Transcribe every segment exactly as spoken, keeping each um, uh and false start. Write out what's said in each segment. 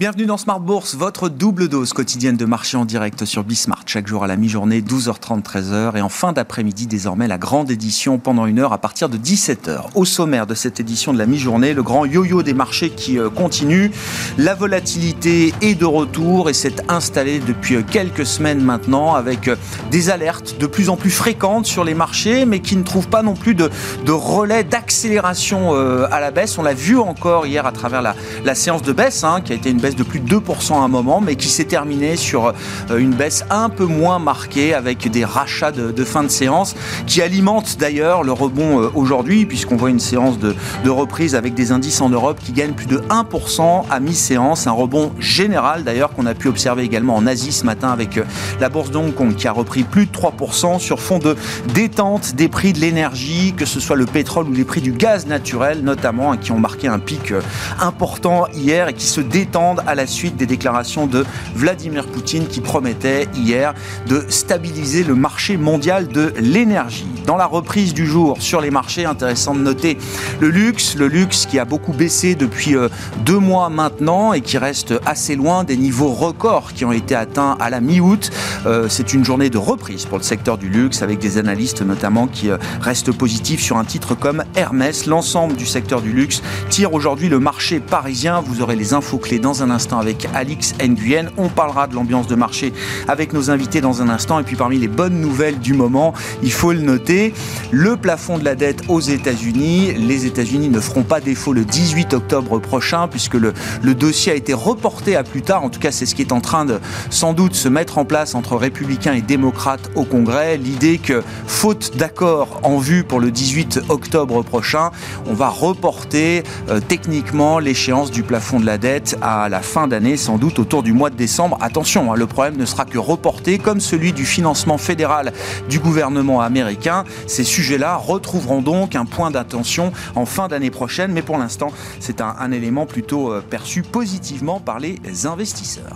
Bienvenue dans Smart Bourse, votre double dose quotidienne de marché en direct sur Bismart. Chaque jour à la mi-journée, douze heures trente, treize heures. Et en fin d'après-midi, désormais, la grande édition pendant une heure à partir de dix-sept heures. Au sommaire de cette édition de la mi-journée, le grand yo-yo des marchés qui euh, continue. La volatilité est de retour et s'est installée depuis euh, quelques semaines maintenant avec euh, des alertes de plus en plus fréquentes sur les marchés, mais qui ne trouvent pas non plus de, de relais d'accélération euh, à la baisse. On l'a vu encore hier à travers la, la séance de baisse, hein, qui a été une baisse de plus de deux pour cent à un moment, mais qui s'est terminée sur une baisse un peu moins marquée avec des rachats de, de fin de séance qui alimentent d'ailleurs le rebond aujourd'hui, puisqu'on voit une séance de, de reprise avec des indices en Europe qui gagnent plus de un pour cent à mi-séance. Un rebond général d'ailleurs qu'on a pu observer également en Asie ce matin avec la bourse de Hong Kong qui a repris plus de trois pour cent sur fond de détente des prix de l'énergie, que ce soit le pétrole ou les prix du gaz naturel notamment, qui ont marqué un pic important hier et qui se détendent à la suite des déclarations de Vladimir Poutine qui promettait hier de stabiliser le marché mondial de l'énergie. Dans la reprise du jour sur les marchés, intéressant de noter le luxe, le luxe qui a beaucoup baissé depuis euh, deux mois maintenant et qui reste assez loin des niveaux records qui ont été atteints à la mi-août. Euh, c'est une journée de reprise pour le secteur du luxe avec des analystes notamment qui euh, restent positifs sur un titre comme Hermès. L'ensemble du secteur du luxe tire aujourd'hui le marché parisien. Vous aurez les infos clés dans un instant avec Alix Nguyen. On parlera de l'ambiance de marché avec nos invités dans un instant. Et puis parmi les bonnes nouvelles du moment, il faut le noter, le plafond de la dette aux États-Unis. Les États-Unis ne feront pas défaut le dix-huit octobre prochain puisque le, le dossier a été reporté à plus tard. En tout cas, c'est ce qui est en train de sans doute se mettre en place entre républicains et démocrates au Congrès. L'idée que, faute d'accord en vue pour le dix-huit octobre prochain, on va reporter euh, techniquement l'échéance du plafond de la dette à la fin d'année, sans doute autour du mois de décembre. Attention, hein, le problème ne sera que reporté, comme celui du financement fédéral du gouvernement américain. Ces sujets-là retrouveront donc un point d'attention en fin d'année prochaine, mais pour l'instant, c'est un, un élément plutôt euh, perçu positivement par les investisseurs.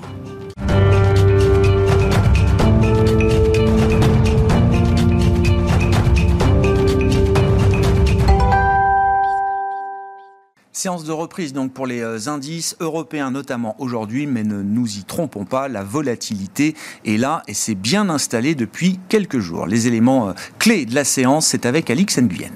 Séance de reprise donc pour les indices européens notamment aujourd'hui, mais ne nous y trompons pas, la volatilité est là et c'est bien installé depuis quelques jours. Les éléments clés de la séance, c'est avec Alix Nguyen.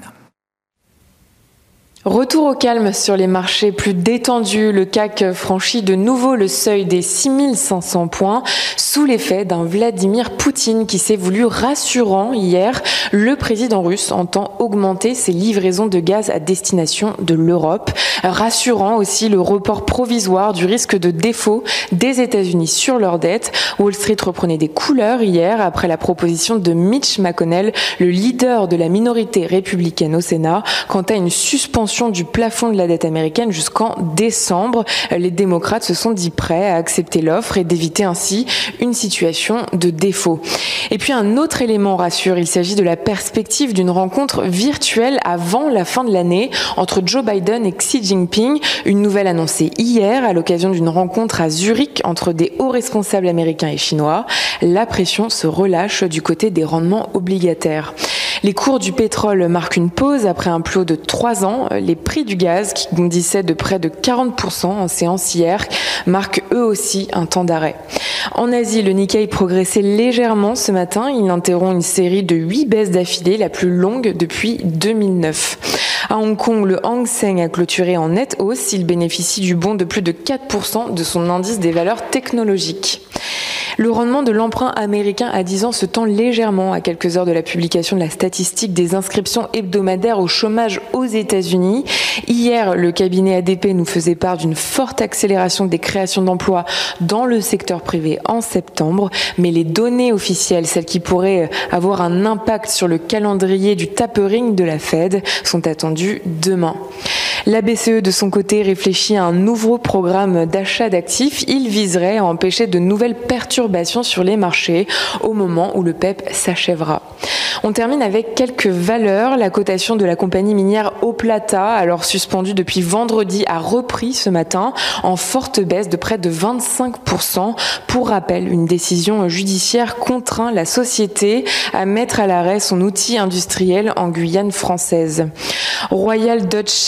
Retour au calme sur les marchés plus détendus. Le C A C franchit de nouveau le seuil des six mille cinq cents points sous l'effet d'un Vladimir Poutine qui s'est voulu rassurant hier. Le président russe entend augmenter ses livraisons de gaz à destination de l'Europe. Rassurant aussi le report provisoire du risque de défaut des États-Unis sur leur dette. Wall Street reprenait des couleurs hier après la proposition de Mitch McConnell, le leader de la minorité républicaine au Sénat, quant à une suspension du plafond de la dette américaine jusqu'en décembre. Les démocrates se sont dit prêts à accepter l'offre et d'éviter ainsi une situation de défaut. Et puis un autre élément rassure, il s'agit de la perspective d'une rencontre virtuelle avant la fin de l'année entre Joe Biden et Xi Jinping. Une nouvelle annoncée hier à l'occasion d'une rencontre à Zurich entre des hauts responsables américains et chinois. La pression se relâche du côté des rendements obligataires. Les cours du pétrole marquent une pause après un plus haut de trois ans. Les prix du gaz, qui bondissaient de près de quarante pour cent en séance hier, marquent eux aussi un temps d'arrêt. En Asie, le Nikkei progressait légèrement ce matin. Il interrompt une série de huit baisses d'affilée, la plus longue depuis deux mille neuf. À Hong Kong, le Hang Seng a clôturé en nette hausse. Il bénéficie du bond de plus de quatre pour cent de son indice des valeurs technologiques. Le rendement de l'emprunt américain à dix ans se tend légèrement à quelques heures de la publication de la statistique des inscriptions hebdomadaires au chômage aux États-Unis. Hier, le cabinet A D P nous faisait part d'une forte accélération des créations d'emplois dans le secteur privé en septembre, mais les données officielles, celles qui pourraient avoir un impact sur le calendrier du tapering de la Fed, sont attendues demain. La B C E, de son côté, réfléchit à un nouveau programme d'achat d'actifs. Il viserait à empêcher de nouvelles perturbations sur les marchés au moment où le P E P s'achèvera. On termine avec quelques valeurs. La cotation de la compagnie minière Oplata, alors suspendue depuis vendredi, a repris ce matin en forte baisse de près de vingt-cinq pour cent. Pour rappel, une décision judiciaire contraint la société à mettre à l'arrêt son outil industriel en Guyane française. Royal Dutch Shell anticipe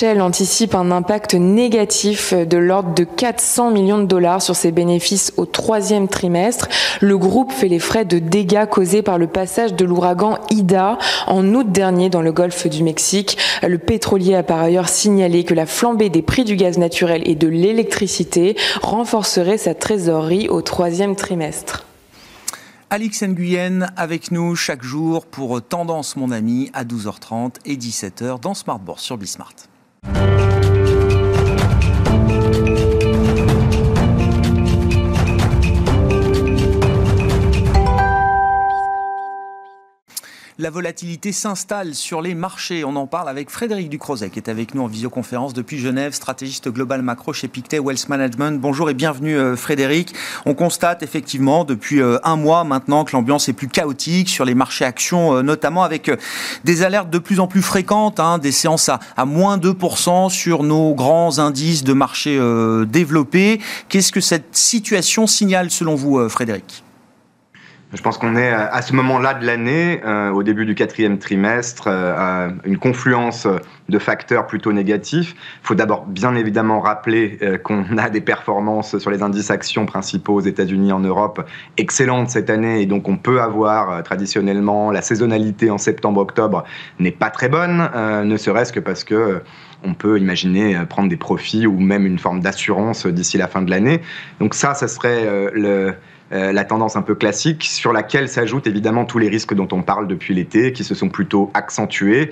anticipe un impact négatif de l'ordre de quatre cents millions de dollars sur ses bénéfices au troisième trimestre. Le groupe fait les frais de dégâts causés par le passage de l'ouragan Ida en août dernier dans le golfe du Mexique. Le pétrolier a par ailleurs signalé que la flambée des prix du gaz naturel et de l'électricité renforcerait sa trésorerie au troisième trimestre. Alix Nguyen avec nous chaque jour pour Tendance mon ami à douze heures trente et dix-sept heures dans Smart Bourse sur Bismart. La volatilité s'installe sur les marchés. On en parle avec Frédéric Ducrozet qui est avec nous en visioconférence depuis Genève, stratégiste global macro chez Pictet Wealth Management. Bonjour et bienvenue euh, Frédéric. On constate effectivement depuis euh, un mois maintenant que l'ambiance est plus chaotique sur les marchés actions, euh, notamment avec euh, des alertes de plus en plus fréquentes, hein, des séances à, à moins deux pour cent sur nos grands indices de marchés euh, développés. Qu'est-ce que cette situation signale selon vous euh, Frédéric ? Je pense qu'on est à ce moment-là de l'année, euh, au début du quatrième trimestre, euh, une confluence de facteurs plutôt négatifs. Il faut d'abord bien évidemment rappeler euh, qu'on a des performances sur les indices actions principaux aux États-Unis, en Europe, excellentes cette année, et donc on peut avoir euh, traditionnellement la saisonnalité en septembre-octobre n'est pas très bonne, euh, ne serait-ce que parce que euh, on peut imaginer prendre des profits ou même une forme d'assurance d'ici la fin de l'année. Donc ça, ça serait euh, le Euh, la tendance un peu classique, sur laquelle s'ajoutent évidemment tous les risques dont on parle depuis l'été, qui se sont plutôt accentués,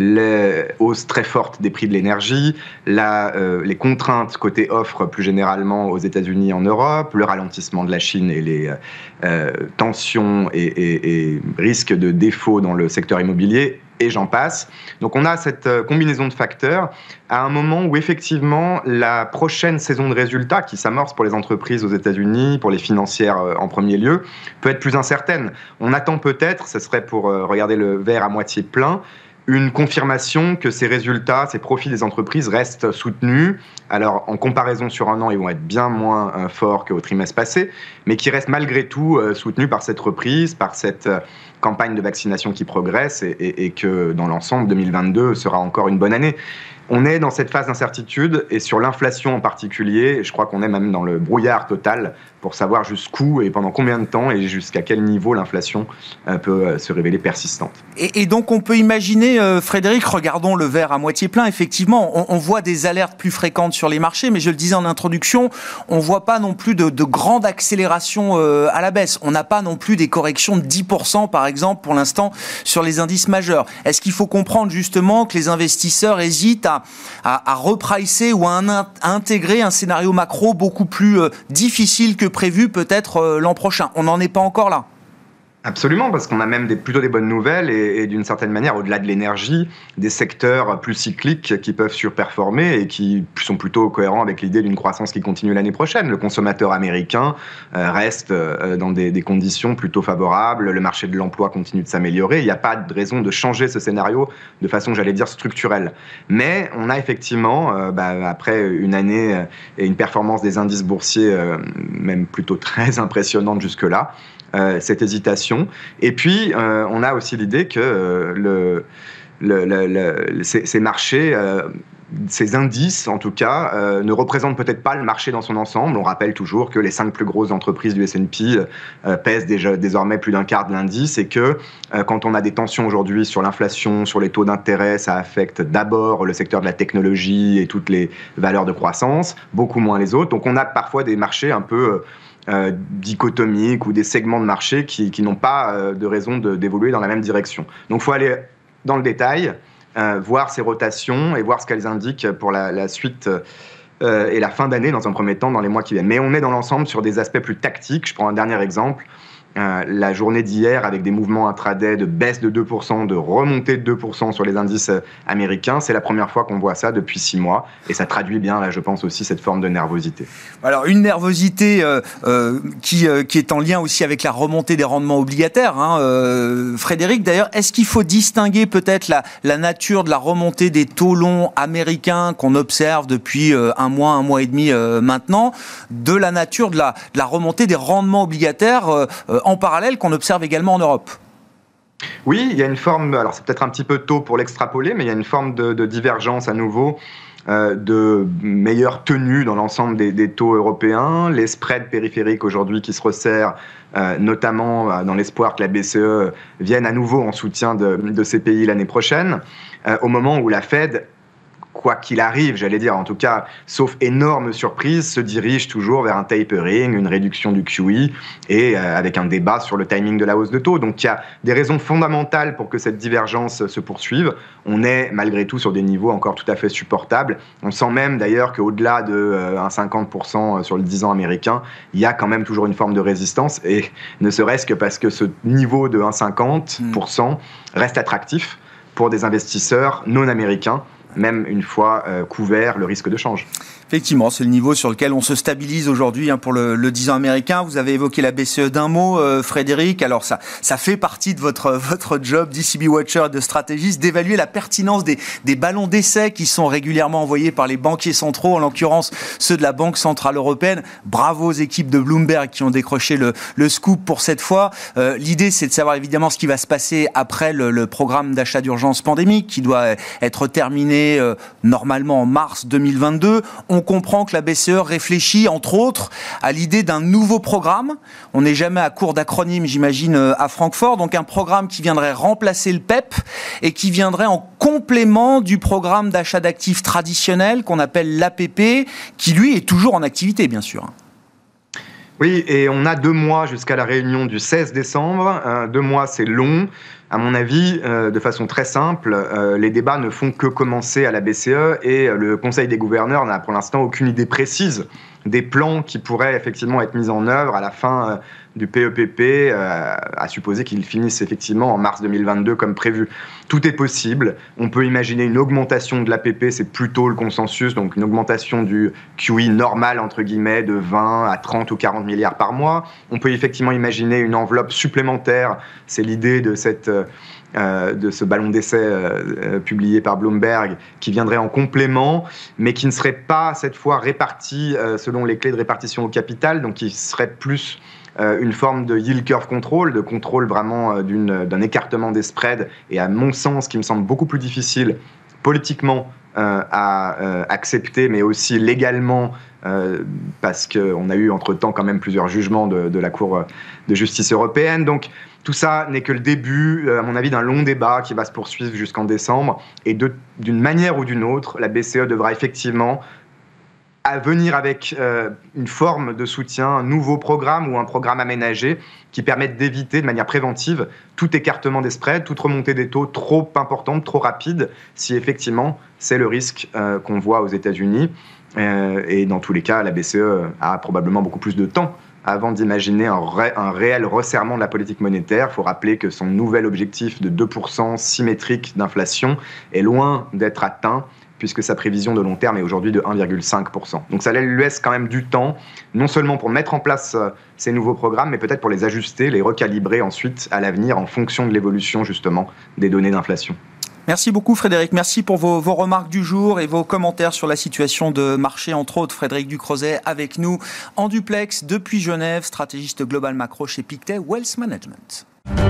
les hausses très fortes des prix de l'énergie, la, euh, les contraintes côté offre plus généralement aux États-Unis et en Europe, le ralentissement de la Chine et les euh, tensions et, et, et risques de défaut dans le secteur immobilier, et j'en passe. Donc on a cette combinaison de facteurs à un moment où effectivement la prochaine saison de résultats qui s'amorce pour les entreprises aux États-Unis, pour les financières en premier lieu, peut être plus incertaine. On attend peut-être, ce serait pour regarder le verre à moitié plein, une confirmation que ces résultats, ces profits des entreprises restent soutenus. Alors, en comparaison sur un an, ils vont être bien moins euh, forts qu'au trimestre passé, mais qui restent malgré tout euh, soutenus par cette reprise, par cette euh, campagne de vaccination qui progresse et, et, et que, dans l'ensemble, deux mille vingt-deux sera encore une bonne année. On est dans cette phase d'incertitude et sur l'inflation en particulier, je crois qu'on est même dans le brouillard total pour savoir jusqu'où et pendant combien de temps et jusqu'à quel niveau l'inflation peut se révéler persistante. Et, et donc on peut imaginer, euh, Frédéric, regardons le verre à moitié plein, effectivement, on, on voit des alertes plus fréquentes sur les marchés, mais je le disais en introduction, on ne voit pas non plus de, de grande accélération euh, à la baisse. On n'a pas non plus des corrections de dix pour cent, par exemple, pour l'instant, sur les indices majeurs. Est-ce qu'il faut comprendre justement que les investisseurs hésitent à à, à repricer ou à, un, à intégrer un scénario macro beaucoup plus euh, difficile que prévu peut-être euh, l'an prochain? On n'en est pas encore là. Absolument, parce qu'on a même des, plutôt des bonnes nouvelles et, et d'une certaine manière, au-delà de l'énergie, des secteurs plus cycliques qui peuvent surperformer et qui sont plutôt cohérents avec l'idée d'une croissance qui continue l'année prochaine. Le consommateur américain euh, reste euh, dans des, des conditions plutôt favorables, le marché de l'emploi continue de s'améliorer, il n'y a pas de raison de changer ce scénario de façon, j'allais dire, structurelle. Mais on a effectivement, euh, bah, après une année euh, et une performance des indices boursiers euh, même plutôt très impressionnante jusque-là, Euh, cette hésitation. Et puis, euh, on a aussi l'idée que euh, le, le, le, le, ces, ces marchés, euh, ces indices en tout cas, euh, ne représentent peut-être pas le marché dans son ensemble. On rappelle toujours que les cinq plus grosses entreprises du S and P euh, pèsent déjà, désormais plus d'un quart de l'indice et que euh, quand on a des tensions aujourd'hui sur l'inflation, sur les taux d'intérêt, ça affecte d'abord le secteur de la technologie et toutes les valeurs de croissance, beaucoup moins les autres. Donc on a parfois des marchés un peu... Euh, Euh, dichotomiques ou des segments de marché qui, qui n'ont pas euh, de raison de, d'évoluer dans la même direction. Donc il faut aller dans le détail, euh, voir ces rotations et voir ce qu'elles indiquent pour la, la suite euh, et la fin d'année dans un premier temps, dans les mois qui viennent. Mais on est dans l'ensemble sur des aspects plus tactiques. Je prends un dernier exemple. Euh, la journée d'hier avec des mouvements intraday de baisse de deux pour cent, de remontée de deux pour cent sur les indices américains, c'est la première fois qu'on voit ça depuis six mois et ça traduit bien, là, je pense aussi, cette forme de nervosité. Alors une nervosité euh, euh, qui, euh, qui est en lien aussi avec la remontée des rendements obligataires, hein, euh, Frédéric. D'ailleurs, est-ce qu'il faut distinguer peut-être la, la nature de la remontée des taux longs américains qu'on observe depuis euh, un mois, un mois et demi euh, maintenant, de la nature de la, de la remontée des rendements obligataires euh, en parallèle qu'on observe également en Europe? Oui, il y a une forme, alors c'est peut-être un petit peu tôt pour l'extrapoler, mais il y a une forme de, de divergence à nouveau euh, de meilleure tenue dans l'ensemble des, des taux européens, les spreads périphériques aujourd'hui qui se resserrent, euh, notamment euh, dans l'espoir que la B C E vienne à nouveau en soutien de, de ces pays l'année prochaine, euh, au moment où la Fed, quoi qu'il arrive, j'allais dire, en tout cas, sauf énorme surprise, se dirige toujours vers un tapering, une réduction du Q E et euh, avec un débat sur le timing de la hausse de taux. Donc il y a des raisons fondamentales pour que cette divergence se poursuive. On est malgré tout sur des niveaux encore tout à fait supportables. On sent même d'ailleurs qu'au-delà de euh, un virgule cinquante pour cent sur le dix ans américain, il y a quand même toujours une forme de résistance, et ne serait-ce que parce que ce niveau de un virgule cinquante pour cent reste attractif pour des investisseurs non américains, même une fois euh, couvert le risque de change. Effectivement, c'est le niveau sur lequel on se stabilise aujourd'hui hein, pour le, le dix ans américain. Vous avez évoqué la B C E d'un mot, euh, Frédéric. Alors ça, ça fait partie de votre votre job d'E C B Watcher et de stratégiste d'évaluer la pertinence des, des ballons d'essai qui sont régulièrement envoyés par les banquiers centraux, en l'occurrence ceux de la Banque Centrale Européenne. Bravo aux équipes de Bloomberg qui ont décroché le, le scoop pour cette fois. Euh, l'idée, c'est de savoir évidemment ce qui va se passer après le, le programme d'achat d'urgence pandémique qui doit être terminé euh, normalement en mars deux mille vingt-deux. On comprend que la B C E réfléchit, entre autres, à l'idée d'un nouveau programme. On n'est jamais à court d'acronymes, j'imagine, à Francfort. Donc un programme qui viendrait remplacer le P E P et qui viendrait en complément du programme d'achat d'actifs traditionnel qu'on appelle l'A P P, qui lui est toujours en activité, bien sûr. Oui, et on a deux mois jusqu'à la réunion du seize décembre. Euh, deux mois, c'est long. À mon avis, euh, de façon très simple, euh, les débats ne font que commencer à la B C E et le Conseil des gouverneurs n'a pour l'instant aucune idée précise des plans qui pourraient effectivement être mis en œuvre à la fin euh, du P E P P, euh, à supposer qu'ils finissent effectivement en mars deux mille vingt-deux comme prévu. Tout est possible. On peut imaginer une augmentation de l'A P P, c'est plutôt le consensus, donc une augmentation du Q E normal, entre guillemets, de vingt à trente ou quarante milliards par mois. On peut effectivement imaginer une enveloppe supplémentaire, c'est l'idée de cette... Euh, de ce ballon d'essai euh, publié par Bloomberg, qui viendrait en complément, mais qui ne serait pas cette fois réparti euh, selon les clés de répartition au capital, donc qui serait plus euh, une forme de yield curve control, de contrôle vraiment euh, d'une, d'un écartement des spreads, et à mon sens, qui me semble beaucoup plus difficile politiquement euh, à euh, accepter, mais aussi légalement, euh, parce qu'on a eu entre-temps quand même plusieurs jugements de, de la Cour de justice européenne. Donc tout ça n'est que le début, à mon avis, d'un long débat qui va se poursuivre jusqu'en décembre. Et de, d'une manière ou d'une autre, la B C E devra effectivement à venir avec euh, une forme de soutien, un nouveau programme ou un programme aménagé qui permette d'éviter de manière préventive tout écartement des spreads, toute remontée des taux trop importante, trop rapide, si effectivement c'est le risque euh, qu'on voit aux États-Unis. Euh, et dans tous les cas, la B C E a probablement beaucoup plus de temps avant d'imaginer un, ré, un réel resserrement de la politique monétaire. Il faut rappeler que son nouvel objectif de deux pour cent symétrique d'inflation est loin d'être atteint, puisque sa prévision de long terme est aujourd'hui de un virgule cinq pour cent. Donc ça lui laisse quand même du temps, non seulement pour mettre en place ces nouveaux programmes, mais peut-être pour les ajuster, les recalibrer ensuite à l'avenir en fonction de l'évolution justement des données d'inflation. Merci beaucoup Frédéric, merci pour vos, vos remarques du jour et vos commentaires sur la situation de marché, entre autres. Frédéric Ducrozet avec nous en duplex depuis Genève, stratégiste global macro chez Pictet Wealth Management.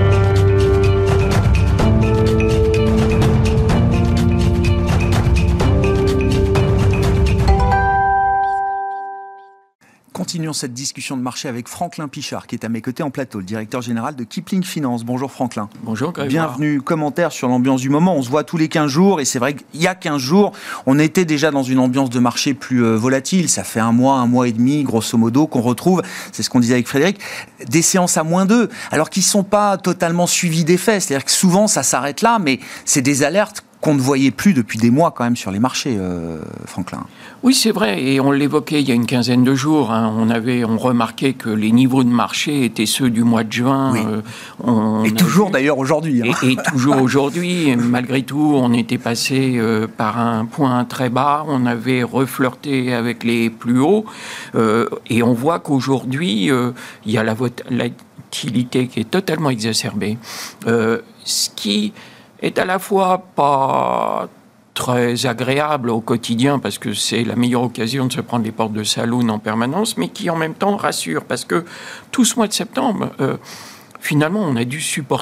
Continuons cette discussion de marché avec Franklin Pichard, qui est à mes côtés en plateau, le directeur général de Kipling Finance. Bonjour Franklin. Bonjour Grégoire. Bienvenue. Commentaire sur l'ambiance du moment. On se voit tous les quinze jours et c'est vrai qu'il y a quinze jours, on était déjà dans une ambiance de marché plus euh, volatile. Ça fait un mois, un mois et demi, grosso modo, qu'on retrouve, c'est ce qu'on disait avec Frédéric, des séances à moins deux, alors qu'ils ne sont pas totalement suivis d'effets. C'est-à-dire que souvent, ça s'arrête là, mais c'est des alertes qu'on ne voyait plus depuis des mois quand même sur les marchés, euh, Franklin. Oui, c'est vrai, et on l'évoquait il y a une quinzaine de jours. Hein. On avait, on remarquait que les niveaux de marché étaient ceux du mois de juin. Oui. Euh, on et toujours vu, d'ailleurs aujourd'hui. Hein. Et, et toujours aujourd'hui. Malgré tout, on était passé euh, par un point très bas. On avait reflirté avec les plus hauts. Euh, et on voit qu'aujourd'hui, euh, il y a la volatilité qui est totalement exacerbée. Euh, ce qui est à la fois pas très agréable au quotidien parce que c'est la meilleure occasion de se prendre les portes de saloon en permanence, mais qui en même temps rassure parce que tout ce mois de septembre, euh, finalement, on a dû supporter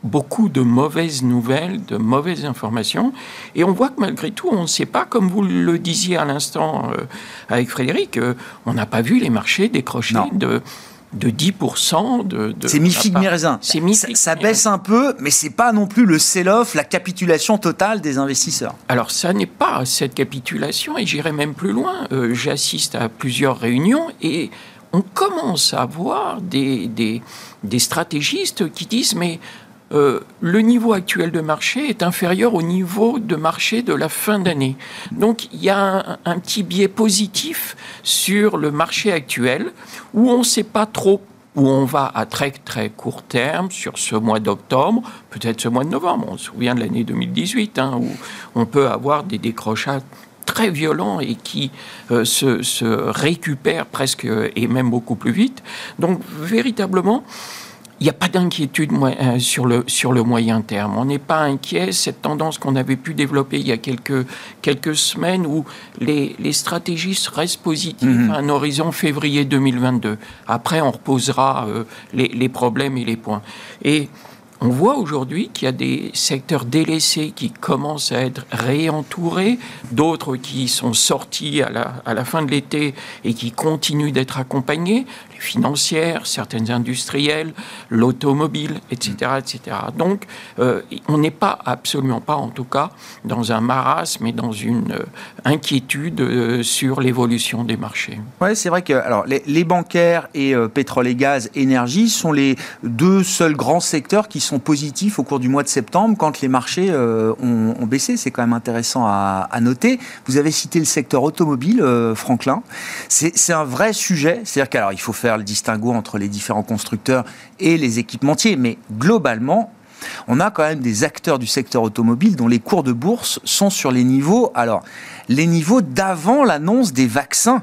beaucoup de mauvaises nouvelles, de mauvaises informations. Et on voit que malgré tout, on ne sait pas, comme vous le disiez à l'instant euh, avec Frédéric, euh, on n'a pas vu les marchés décrocher de... de dix pour cent de... de c'est mi-figue, mi-raisin. C'est mi-figue, ça, ça baisse un peu, mais c'est pas non plus le sell-off, la capitulation totale des investisseurs. Alors, ça n'est pas cette capitulation, et j'irai même plus loin. Euh, j'assiste à plusieurs réunions, et on commence à voir des, des, des stratégistes qui disent, mais euh, le niveau actuel de marché est inférieur au niveau de marché de la fin d'année. Donc, il y a un, un petit biais positif sur le marché actuel, où on ne sait pas trop où on va à très très court terme sur ce mois d'octobre, peut-être ce mois de novembre. On se souvient de l'année deux mille dix-huit, hein, où on peut avoir des décrochages très violents et qui euh, se, se récupèrent presque et même beaucoup plus vite. Donc, véritablement, il n'y a pas d'inquiétude sur le, sur le moyen terme. On n'est pas inquiet. Cette tendance qu'on avait pu développer il y a quelques, quelques semaines où les, les stratégistes restent positifs mmh. à un horizon février deux mille vingt-deux. Après, on reposera euh, les, les problèmes et les points. Et on voit aujourd'hui qu'il y a des secteurs délaissés qui commencent à être réentourés, d'autres qui sont sortis à la, à la fin de l'été et qui continuent d'être accompagnés, les financières, certaines industrielles, l'automobile, et cetera, et cetera. Donc, euh, on n'est pas, absolument pas, en tout cas, dans un marasme, mais dans une euh, inquiétude euh, sur l'évolution des marchés. Oui, c'est vrai que alors, les, les bancaires et euh, pétrole et gaz, énergie sont les deux seuls grands secteurs qui sont positifs au cours du mois de septembre quand les marchés euh, ont, ont baissé. C'est quand même intéressant à, à noter. Vous avez cité le secteur automobile, euh, Franklin. C'est, c'est un vrai sujet. C'est-à-dire qu'alors, il faut faire le distinguo entre les différents constructeurs et les équipementiers. Mais globalement, on a quand même des acteurs du secteur automobile dont les cours de bourse sont sur les niveaux, alors, les niveaux d'avant l'annonce des vaccins,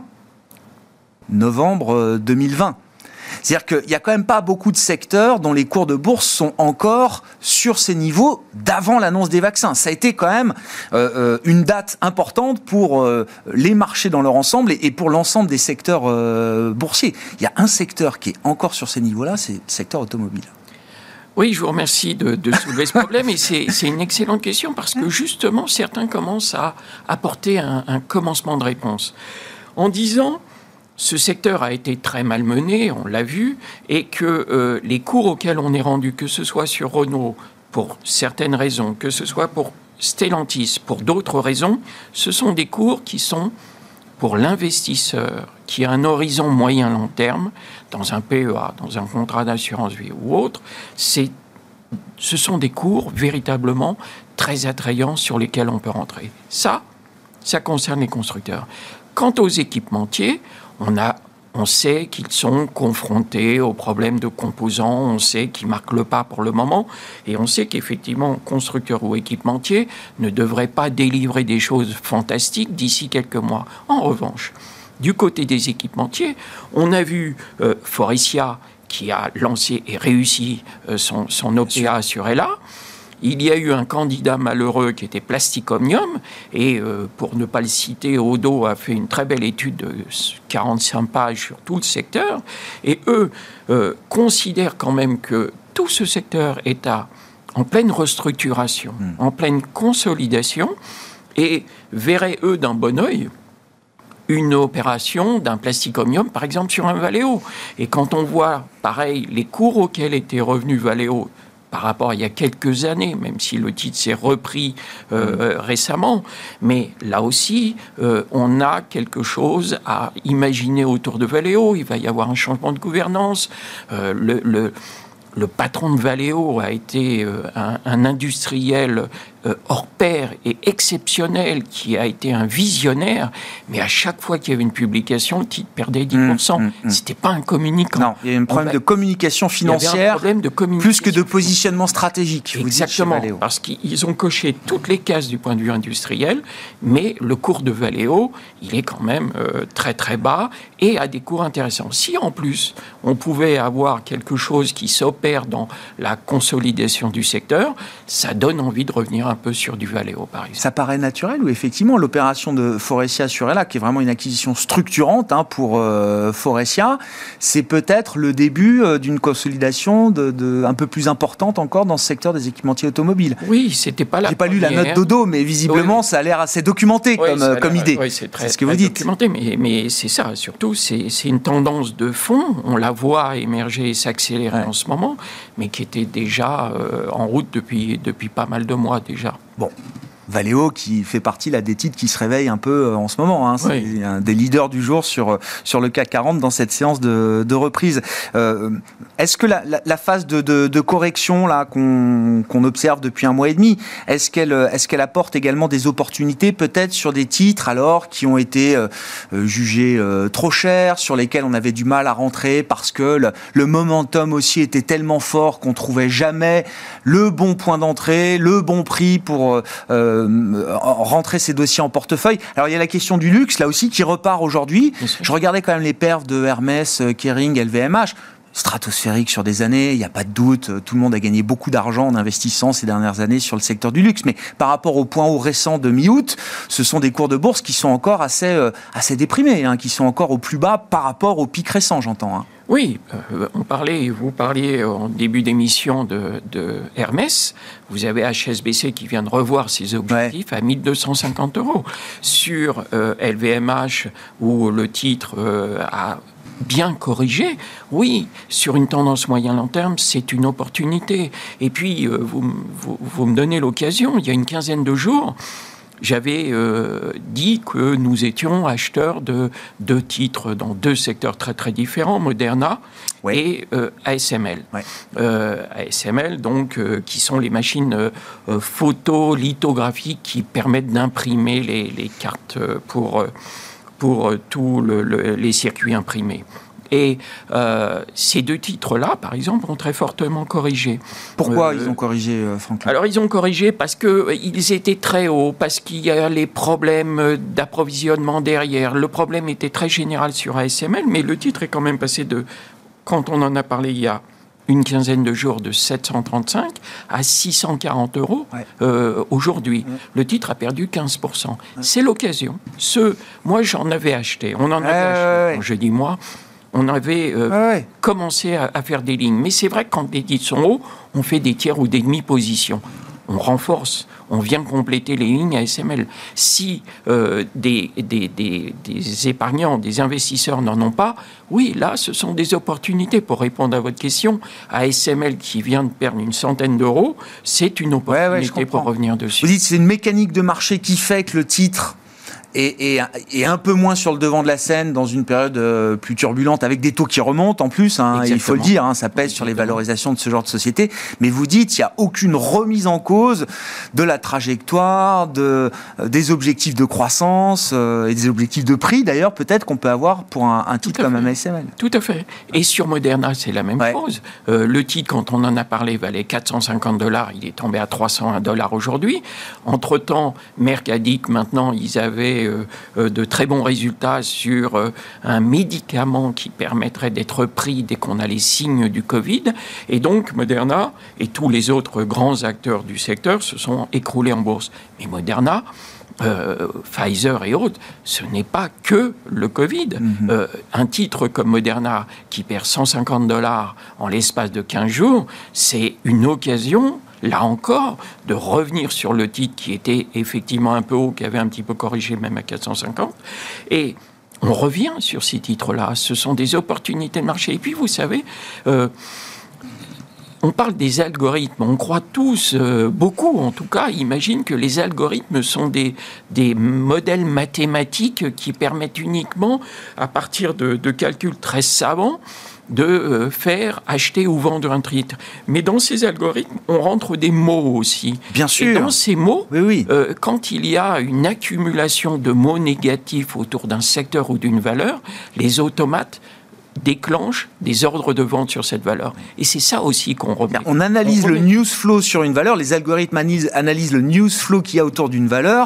novembre deux mille vingt. C'est-à-dire qu'il n'y a quand même pas beaucoup de secteurs dont les cours de bourse sont encore sur ces niveaux d'avant l'annonce des vaccins. Ça a été quand même euh, une date importante pour euh, les marchés dans leur ensemble et, et pour l'ensemble des secteurs euh, boursiers. Il y a un secteur qui est encore sur ces niveaux-là, c'est le secteur automobile. Oui, je vous remercie de, de soulever ce problème et c'est, c'est une excellente question parce que justement, certains commencent à apporter un, un commencement de réponse en disant... Ce secteur a été très malmené, on l'a vu, et que euh, les cours auxquels on est rendu, que ce soit sur Renault, pour certaines raisons, que ce soit pour Stellantis, pour d'autres raisons, ce sont des cours qui sont, pour l'investisseur, qui a un horizon moyen-long terme, dans un P E A, dans un contrat d'assurance vie ou autre, c'est, ce sont des cours véritablement très attrayants sur lesquels on peut rentrer. Ça, ça concerne les constructeurs. Quant aux équipementiers, On, a, on sait qu'ils sont confrontés aux problèmes de composants, on sait qu'ils marquent le pas pour le moment, et on sait qu'effectivement, constructeurs ou équipementiers ne devraient pas délivrer des choses fantastiques d'ici quelques mois. En revanche, du côté des équipementiers, on a vu euh, Faurecia qui a lancé et réussi euh, son, son O P A sur Hella. Il y a eu un candidat malheureux qui était Plastic Omnium et, euh, pour ne pas le citer, Odo a fait une très belle étude de quarante-cinq pages sur tout le secteur. Et eux euh, considèrent quand même que tout ce secteur est à, en pleine restructuration, mmh. en pleine consolidation et verraient, eux, d'un bon œil une opération d'un Plastic Omnium, par exemple, sur un Valeo. Et quand on voit, pareil, les cours auxquels était revenu Valeo par rapport à il y a quelques années, même si le titre s'est repris euh, récemment. Mais là aussi, euh, on a quelque chose à imaginer autour de Valeo. Il va y avoir un changement de gouvernance. Euh, le, le, le patron de Valeo a été euh, un, un industriel euh, hors pair et exceptionnel qui a été un visionnaire, mais à chaque fois qu'il y avait une publication, le titre perdait dix pour cent. Mmh, mmh, mmh. C'était pas un communicant. Non, il y a un problème va... de communication financière, de communication plus que de positionnement stratégique. Exactement, vous dites, parce qu'ils ont coché toutes les cases du point de vue industriel, mais le cours de Valeo, il est quand même euh, très très bas et a des cours intéressants. Si en plus, on pouvait avoir quelque chose qui s'opère dans la consolidation du secteur, ça donne envie de revenir un peu sur du Valeo, par exemple. Ça paraît naturel ou effectivement l'opération de Faurecia sur Hella, qui est vraiment une acquisition structurante hein, pour euh, Faurecia, c'est peut-être le début euh, d'une consolidation de, de, un peu plus importante encore dans ce secteur des équipementiers automobiles. Oui, c'était pas la J'ai pas première. lu la note Dodo, mais visiblement oui. ça a l'air assez documenté oui, comme, comme idée. Oui, c'est, très, c'est ce que très vous dites. Documenté, mais, mais c'est ça, surtout, c'est, c'est une tendance de fond. On la voit émerger et s'accélérer ouais. en ce moment, mais qui était déjà euh, en route depuis, depuis pas mal de mois déjà. Bon. Valeo qui fait partie là, des titres qui se réveillent un peu en ce moment. Hein. C'est oui. un des leaders du jour sur, sur le C A C quarante dans cette séance de, de reprise. Euh, est-ce que la, la, la phase de, de, de correction là, qu'on, qu'on observe depuis un mois et demi, est-ce qu'elle, est-ce qu'elle apporte également des opportunités peut-être sur des titres alors qui ont été euh, jugés euh, trop chers, sur lesquels on avait du mal à rentrer parce que le, le momentum aussi était tellement fort qu'on trouvait jamais le bon point d'entrée, le bon prix pour euh, rentrer ces dossiers en portefeuille. Alors il y a la question du luxe là aussi qui repart aujourd'hui. Je regardais quand même les perfs de Hermès, Kering, L V M H. Stratosphérique sur des années, il n'y a pas de doute, tout le monde a gagné beaucoup d'argent en investissant ces dernières années sur le secteur du luxe, mais par rapport au point haut récent de mi-août, ce sont des cours de bourse qui sont encore assez, euh, assez déprimés, hein, qui sont encore au plus bas par rapport au pic récent, j'entends. Hein. Oui, euh, on parlait, vous parliez en début d'émission de, de Hermès, vous avez H S B C qui vient de revoir ses objectifs ouais. à mille deux cent cinquante euros. Sur euh, L V M H, où le titre euh, a bien corrigé, oui, sur une tendance moyen-long terme, c'est une opportunité. Et puis, euh, vous, vous, vous me donnez l'occasion, il y a une quinzaine de jours, j'avais euh, dit que nous étions acheteurs de deux titres dans deux secteurs très très différents, Moderna ouais. et euh, A S M L. Ouais. Euh, A S M L, donc, euh, qui sont les machines euh, photo-lithographiques qui permettent d'imprimer les, les cartes pour... Euh, pour tous le, le, les circuits imprimés. Et euh, ces deux titres-là, par exemple, ont très fortement corrigé. Pourquoi euh, ils ont corrigé, euh, Franck ? Alors, ils ont corrigé parce qu'ils étaient très hauts, parce qu'il y a les problèmes d'approvisionnement derrière. Le problème était très général sur A S M L, mais le titre est quand même passé de, quand on en a parlé il y a une quinzaine de jours, de sept cent trente-cinq à six cent quarante euros ouais. euh, aujourd'hui. Ouais. Le titre a perdu quinze pour cent. Ouais. C'est l'occasion. Ce, moi, j'en avais acheté. On en avait euh, acheté. Ouais. Quand je dis moi, on avait euh, ouais. commencé à, à faire des lignes. Mais c'est vrai que quand les titres sont hauts, on fait des tiers ou des demi-positions. On renforce, on vient compléter les lignes A S M L. Si euh, des, des, des, des épargnants, des investisseurs n'en ont pas, oui, là, ce sont des opportunités. Pour répondre à votre question, A S M L qui vient de perdre une centaine d'euros, c'est une opportunité ouais, ouais, pour revenir dessus. Vous dites c'est une mécanique de marché qui fait que le titre Et, et, et un peu moins sur le devant de la scène dans une période euh, plus turbulente avec des taux qui remontent en plus, hein, il faut le dire, hein, ça pèse Exactement. Sur les valorisations de ce genre de société. Mais vous dites, il n'y a aucune remise en cause de la trajectoire, de, euh, des objectifs de croissance euh, et des objectifs de prix d'ailleurs peut-être qu'on peut avoir pour un, un titre comme un A S M L. Tout à fait. Et sur Moderna, c'est la même ouais. chose. Euh, le titre, quand on en a parlé, valait quatre cent cinquante dollars, il est tombé à trois cent un dollars aujourd'hui. Entre-temps, Merck a dit que maintenant, ils avaient Euh, de très bons résultats sur euh, un médicament qui permettrait d'être pris dès qu'on a les signes du Covid. Et donc, Moderna et tous les autres grands acteurs du secteur se sont écroulés en bourse. Mais Moderna, euh, Pfizer et autres, ce n'est pas que le Covid. Mm-hmm. Euh, un titre comme Moderna qui perd cent cinquante dollars en l'espace de quinze jours, c'est une occasion... Là encore, de revenir sur le titre qui était effectivement un peu haut, qui avait un petit peu corrigé même à quatre cent cinquante. Et on revient sur ces titres-là. Ce sont des opportunités de marché. Et puis, vous savez, euh, on parle des algorithmes. On croit tous, euh, beaucoup en tout cas, imaginent que les algorithmes sont des, des modèles mathématiques qui permettent uniquement, à partir de, de calculs très savants, de euh, faire acheter ou vendre un titre. Mais dans ces algorithmes, on rentre des mots aussi. Bien sûr. Et dans ces mots, oui, oui. Euh, quand il y a une accumulation de mots négatifs autour d'un secteur ou d'une valeur, les automates déclenche des ordres de vente sur cette valeur. Et c'est ça aussi qu'on remet. On analyse on remet... le news flow sur une valeur, les algorithmes analysent, analysent le news flow qu'il y a autour d'une valeur.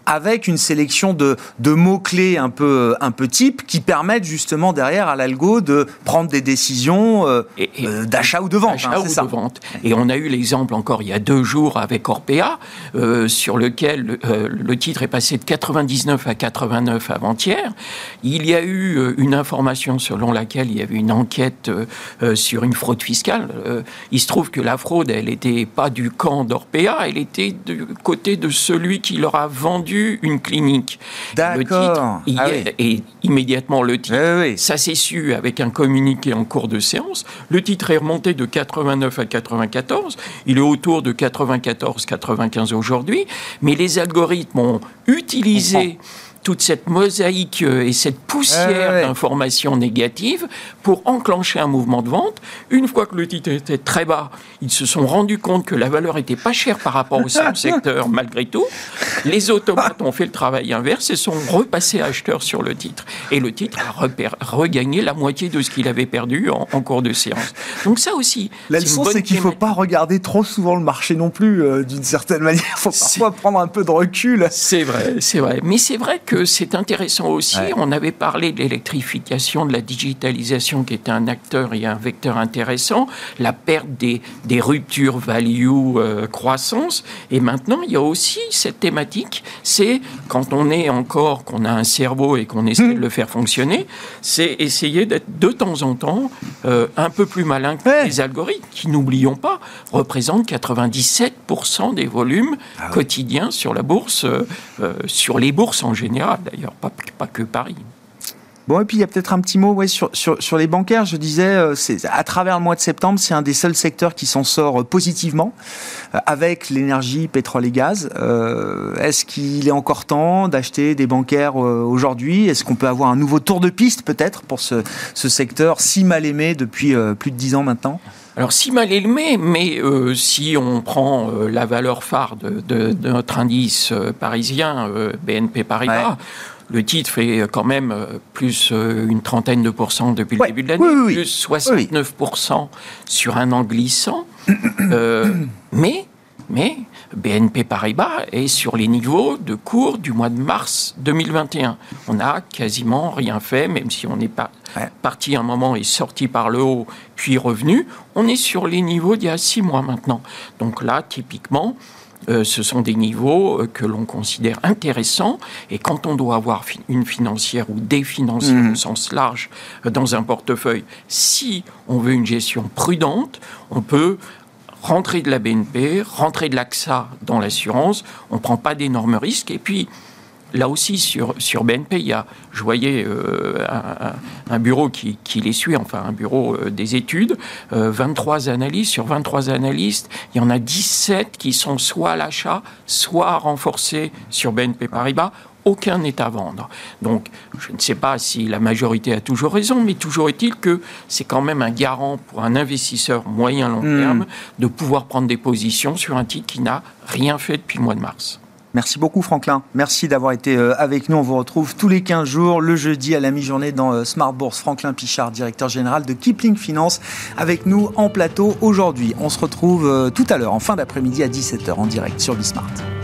avec une sélection de, de mots-clés un peu, un peu type qui permettent justement derrière à l'algo de prendre des décisions euh, et, et, euh, d'achat ou de vente. D'achat hein, ou c'est ça. de vente. Et on a eu l'exemple encore il y a deux jours avec Orpea, euh, sur lequel euh, le titre est passé de quatre-vingt-dix-neuf à quatre-vingt-neuf avant-hier. Il y a eu euh, une information selon laquelle il y avait une enquête euh, sur une fraude fiscale. Euh, il se trouve que la fraude, elle n'était pas du camp d'Orpea, elle était du côté de celui qui leur a vendu une clinique. D'accord. Le titre, il ah est, oui. et immédiatement le titre, oui, oui. ça s'est su avec un communiqué en cours de séance. Le titre est remonté de quatre-vingt-neuf à quatre-vingt-quatorze. Il est autour de quatre-vingt-quatorze quatre-vingt-quinze aujourd'hui. Mais les algorithmes ont utilisé toute cette mosaïque et cette poussière ouais, ouais. d'informations négatives pour enclencher un mouvement de vente. Une fois que le titre était très bas, ils se sont rendus compte que la valeur était pas chère par rapport au secteur malgré tout. Les automates ont fait le travail inverse et sont repassés acheteurs sur le titre. Et le titre a repère, regagné la moitié de ce qu'il avait perdu en, en cours de séance. Donc ça aussi, la leçon, c'est, c'est qu'il ne faut pas regarder trop souvent le marché non plus, euh, d'une certaine manière. Il faut parfois c'est... prendre un peu de recul. C'est vrai, c'est vrai. Mais c'est vrai que c'est intéressant aussi. Ouais. On avait parlé de l'électrification, de la digitalisation qui était un acteur et un vecteur intéressant, la perte des, des ruptures value euh, croissance. Et maintenant, il y a aussi cette thématique, c'est quand on est encore, qu'on a un cerveau et qu'on essaie mmh. de le faire fonctionner, c'est essayer d'être de temps en temps euh, un peu plus malin que ouais. les algorithmes, qui, n'oublions pas, représentent quatre-vingt-dix-sept pour cent des volumes ah ouais. quotidiens sur la bourse, euh, euh, sur les bourses en général d'ailleurs. Pas, pas que Paris. Bon, et puis il y a peut-être un petit mot ouais, sur, sur, sur les bancaires. Je disais, euh, c'est, à travers le mois de septembre, c'est un des seuls secteurs qui s'en sort euh, positivement, euh, avec l'énergie, pétrole et gaz. Euh, est-ce qu'il est encore temps d'acheter des bancaires euh, aujourd'hui ? Est-ce qu'on peut avoir un nouveau tour de piste peut-être pour ce, ce secteur si mal aimé depuis euh, plus de dix ans maintenant ? Alors, si mal aimé, mais euh, si on prend euh, la valeur phare de, de, de notre indice euh, parisien, euh, B N P Paribas, ouais. le titre fait quand même euh, plus euh, une trentaine de pourcents depuis ouais. le début de l'année, oui, oui, plus soixante-neuf pour cent oui. sur un an glissant. euh, mais, mais B N P Paribas est sur les niveaux de cours du mois de mars deux mille vingt et un. On n'a quasiment rien fait, même si on n'est pas ouais. parti un moment et sorti par le haut, puis revenu. On est sur les niveaux d'il y a six mois maintenant. Donc là, typiquement, euh, ce sont des niveaux euh, que l'on considère intéressants. Et quand on doit avoir fi- une financière ou des financières mmh. au sens large euh, dans un portefeuille, si on veut une gestion prudente, on peut rentrer de la B N P, rentrer de l'A X A dans l'assurance, on ne prend pas d'énormes risques. Et puis, là aussi, sur, sur B N P, il y a, je voyais euh, un, un bureau qui, qui les suit, enfin un bureau euh, des études, euh, vingt-trois analystes. Sur vingt-trois analystes, il y en a dix-sept qui sont soit à l'achat, soit à renforcer sur B N P Paribas. Aucun n'est à vendre. Donc, je ne sais pas si la majorité a toujours raison, mais toujours est-il que c'est quand même un garant pour un investisseur moyen-long terme mmh. de pouvoir prendre des positions sur un titre qui n'a rien fait depuis le mois de mars. Merci beaucoup Franklin, merci d'avoir été avec nous. On vous retrouve tous les quinze jours, le jeudi à la mi-journée dans Smart Bourse. Franklin Pichard, directeur général de Kipling Finance, avec nous en plateau aujourd'hui. On se retrouve tout à l'heure, en fin d'après-midi à dix-sept heures en direct sur Bismart.